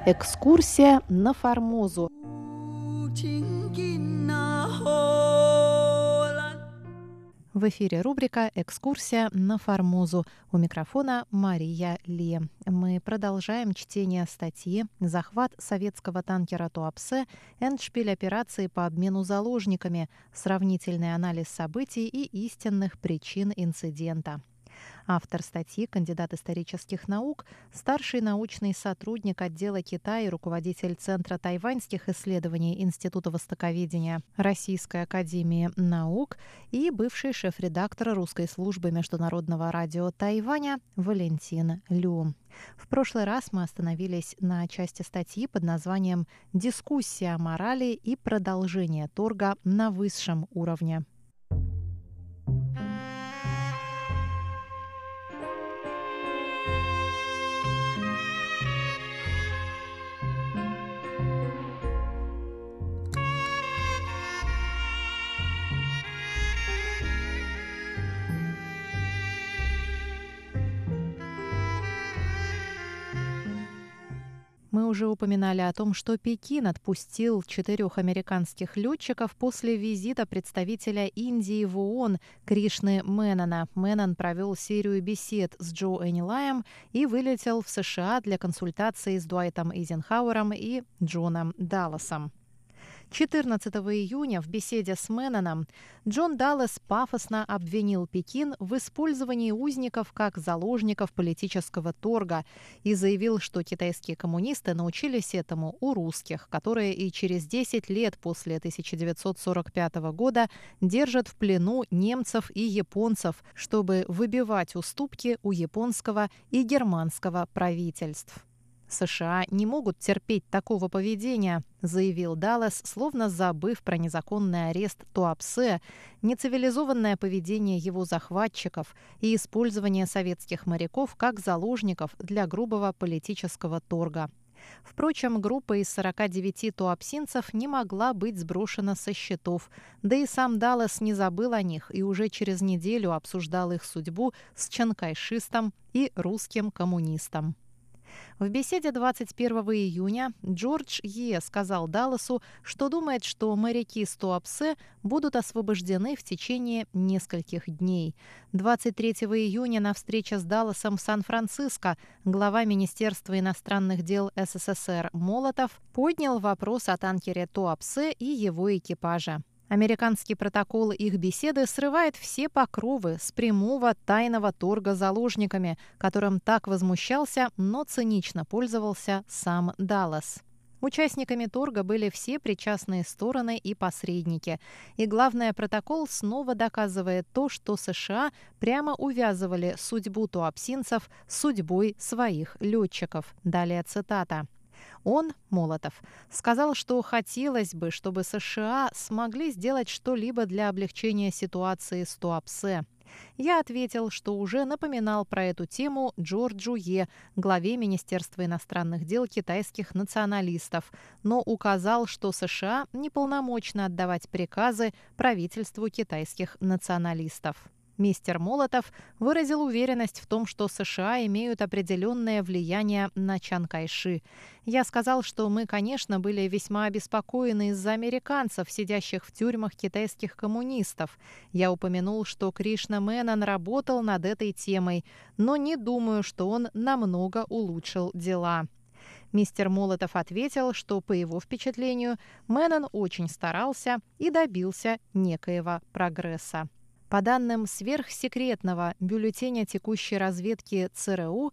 Экскурсия на Формозу. В эфире рубрика «Экскурсия на Формозу». У микрофона Мария Ли. Мы продолжаем чтение статьи «Захват советского танкера Туапсе. Эндшпиль операции по обмену заложниками. Сравнительный анализ событий и истинных причин инцидента». Автор статьи – кандидат исторических наук, старший научный сотрудник отдела Китая и руководитель Центра тайваньских исследований Института востоковедения Российской академии наук и бывший шеф-редактор русской службы Международного радио Тайваня Валентин Лю. В прошлый раз мы остановились на части статьи под названием «Дискуссия о морали и продолжение торга на высшем уровне». Мы уже упоминали о том, что Пекин отпустил 4 американских летчиков после визита представителя Индии в ООН Кришны Меннона. Меннон провел серию бесед с Джо Энилаем и вылетел в США для консультаций с Дуайтом Эйзенхауэром и Джоном Далласом. 14 июня в беседе с Менноном Джон Даллас пафосно обвинил Пекин в использовании узников как заложников политического торга и заявил, что китайские коммунисты научились этому у русских, которые и через 10 лет после 1945 года держат в плену немцев и японцев, чтобы выбивать уступки у японского и германского правительств. США не могут терпеть такого поведения, заявил Даллас, словно забыв про незаконный арест Туапсе, нецивилизованное поведение его захватчиков и использование советских моряков как заложников для грубого политического торга. Впрочем, группа из 49 туапсинцев не могла быть сброшена со счетов, да и сам Даллас не забыл о них и уже через неделю обсуждал их судьбу с чанкайшистом и русским коммунистом. В беседе 21 июня Джордж Йе сказал Далласу, что думает, что моряки с Туапсе будут освобождены в течение нескольких дней. 23 июня на встрече с Далласом в Сан-Франциско глава Министерства иностранных дел СССР Молотов поднял вопрос о танкере Туапсе и его экипаже. Американский протокол их беседы срывает все покровы с прямого тайного торга заложниками, которым так возмущался, но цинично пользовался сам Даллас. Участниками торга были все причастные стороны и посредники. И главное, протокол снова доказывает то, что США прямо увязывали судьбу туапсинцев с судьбой своих летчиков. Далее цитата. Он, Молотов, сказал, что хотелось бы, чтобы США смогли сделать что-либо для облегчения ситуации с Туапсе. Я ответил, что уже напоминал про эту тему Джорджу Йе, главе Министерства иностранных дел китайских националистов, но указал, что США неполномочны отдавать приказы правительству китайских националистов. Мистер Молотов выразил уверенность в том, что США имеют определенное влияние на Чан Кайши. Я сказал, что мы, конечно, были весьма обеспокоены из-за американцев, сидящих в тюрьмах китайских коммунистов. Я упомянул, что Кришна Меннон работал над этой темой, но не думаю, что он намного улучшил дела. Мистер Молотов ответил, что, по его впечатлению, Меннон очень старался и добился некоего прогресса. По данным сверхсекретного бюллетеня текущей разведки ЦРУ,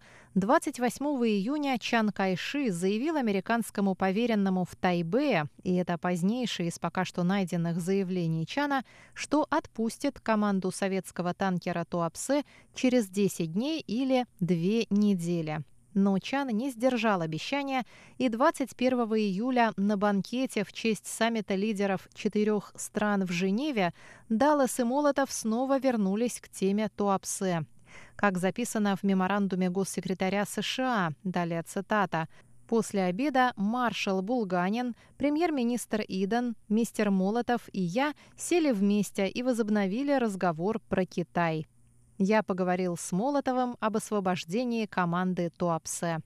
28 июня Чан Кайши заявил американскому поверенному в Тайбэе, и это позднейшее из пока что найденных заявлений Чана, что отпустит команду советского танкера Туапсе через 10 дней или 2 недели. Но Чан не сдержал обещания, и 21 июля на банкете в честь саммита лидеров 4 стран в Женеве Даллас и Молотов снова вернулись к теме Туапсе. Как записано в меморандуме госсекретаря США, далее цитата, «После обеда маршал Булганин, премьер-министр Иден, мистер Молотов и я сели вместе и возобновили разговор про Китай. Я поговорил с Молотовым об освобождении команды Туапсе.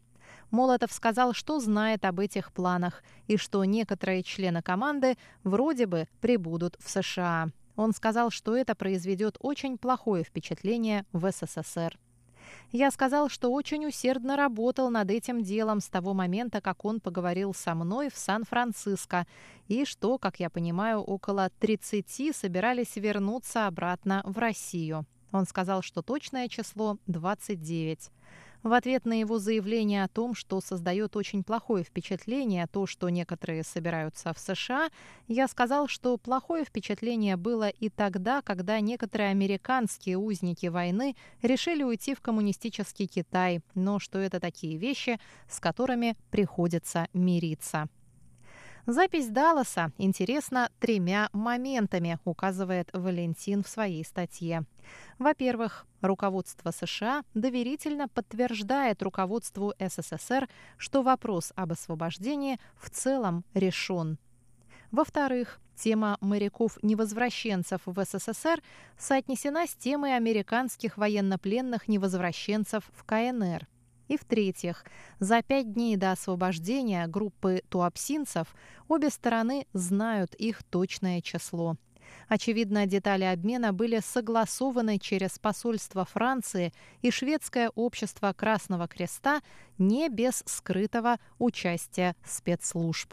Молотов сказал, что знает об этих планах и что некоторые члены команды вроде бы прибудут в США. Он сказал, что это произведет очень плохое впечатление в СССР. Я сказал, что очень усердно работал над этим делом с того момента, как он поговорил со мной в Сан-Франциско, и что, как я понимаю, около 30 собирались вернуться обратно в Россию. Он сказал, что точное число 29. В ответ на его заявление о том, что создает очень плохое впечатление то, что некоторые собираются в США, я сказал, что плохое впечатление было и тогда, когда некоторые американские узники войны решили уйти в коммунистический Китай, но что это такие вещи, с которыми приходится мириться. Запись Далласа интересна 3 моментами, указывает Валентин в своей статье. Во-первых, руководство США доверительно подтверждает руководству СССР, что вопрос об освобождении в целом решен. Во-вторых, тема моряков-невозвращенцев в СССР соотнесена с темой американских военнопленных невозвращенцев в КНР. И в-третьих, за 5 дней до освобождения группы туапсинцев обе стороны знают их точное число. Очевидно, детали обмена были согласованы через посольство Франции и шведское общество Красного Креста не без скрытого участия спецслужб.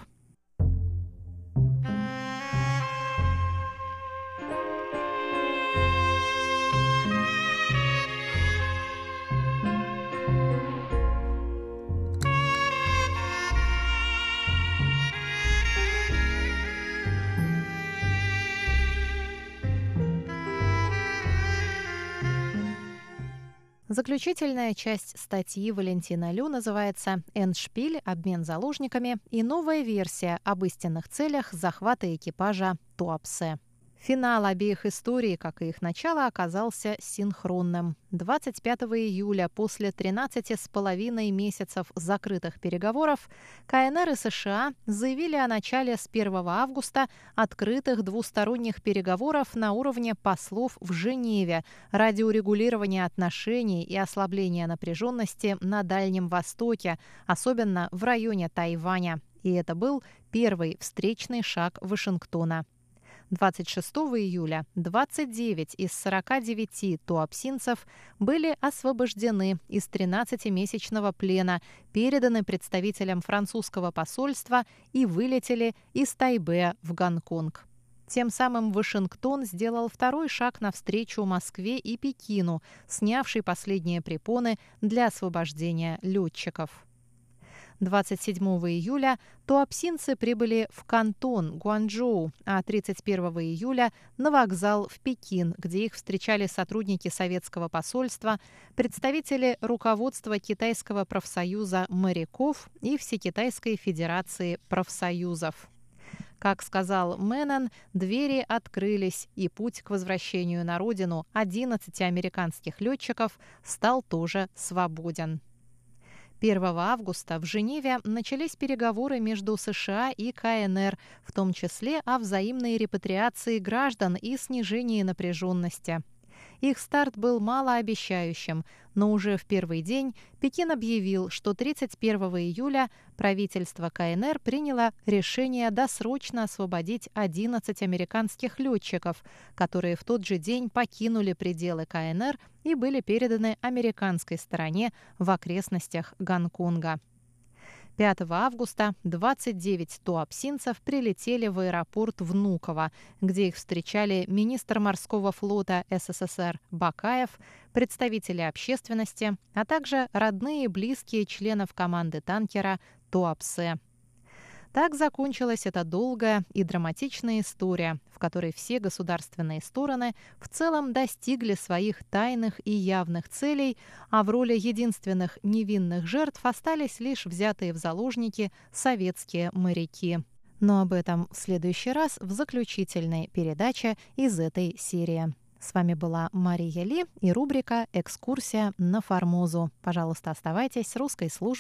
Заключительная часть статьи Валентина Лю называется «Эндшпиль. Обмен заложниками» и новая версия об истинных целях захвата экипажа Туапсе. Финал обеих историй, как и их начало, оказался синхронным. 25 июля, после 13,5 месяцев закрытых переговоров, КНР и США заявили о начале с 1 августа открытых двусторонних переговоров на уровне послов в Женеве ради урегулирования отношений и ослабления напряженности на Дальнем Востоке, особенно в районе Тайваня. И это был первый встречный шаг Вашингтона. 26 июля 29 из 49 туапсинцев были освобождены из 13-месячного плена, переданы представителям французского посольства и вылетели из Тайбэя в Гонконг. Тем самым Вашингтон сделал второй шаг навстречу Москве и Пекину, снявший последние препоны для освобождения летчиков. 27 июля туапсинцы прибыли в Кантон, Гуанчжоу, а 31 июля на вокзал в Пекин, где их встречали сотрудники советского посольства, представители руководства Китайского профсоюза моряков и Всекитайской федерации профсоюзов. Как сказал Мэннон, двери открылись, и путь к возвращению на родину 11 американских летчиков стал тоже свободен. 1 августа в Женеве начались переговоры между США и КНР, в том числе о взаимной репатриации граждан и снижении напряженности. Их старт был малообещающим, но уже в первый день Пекин объявил, что 31 июля правительство КНР приняло решение досрочно освободить 11 американских летчиков, которые в тот же день покинули пределы КНР и были переданы американской стороне в окрестностях Гонконга. 5 августа 29 туапсинцев прилетели в аэропорт Внуково, где их встречали министр морского флота СССР Бакаев, представители общественности, а также родные и близкие членов команды танкера «Туапсе». Так закончилась эта долгая и драматичная история, в которой все государственные стороны в целом достигли своих тайных и явных целей, а в роли единственных невинных жертв остались лишь взятые в заложники советские моряки. Но об этом в следующий раз в заключительной передаче из этой серии. С вами была Мария Ли и рубрика «Экскурсия на Формозу». Пожалуйста, оставайтесь с русской службой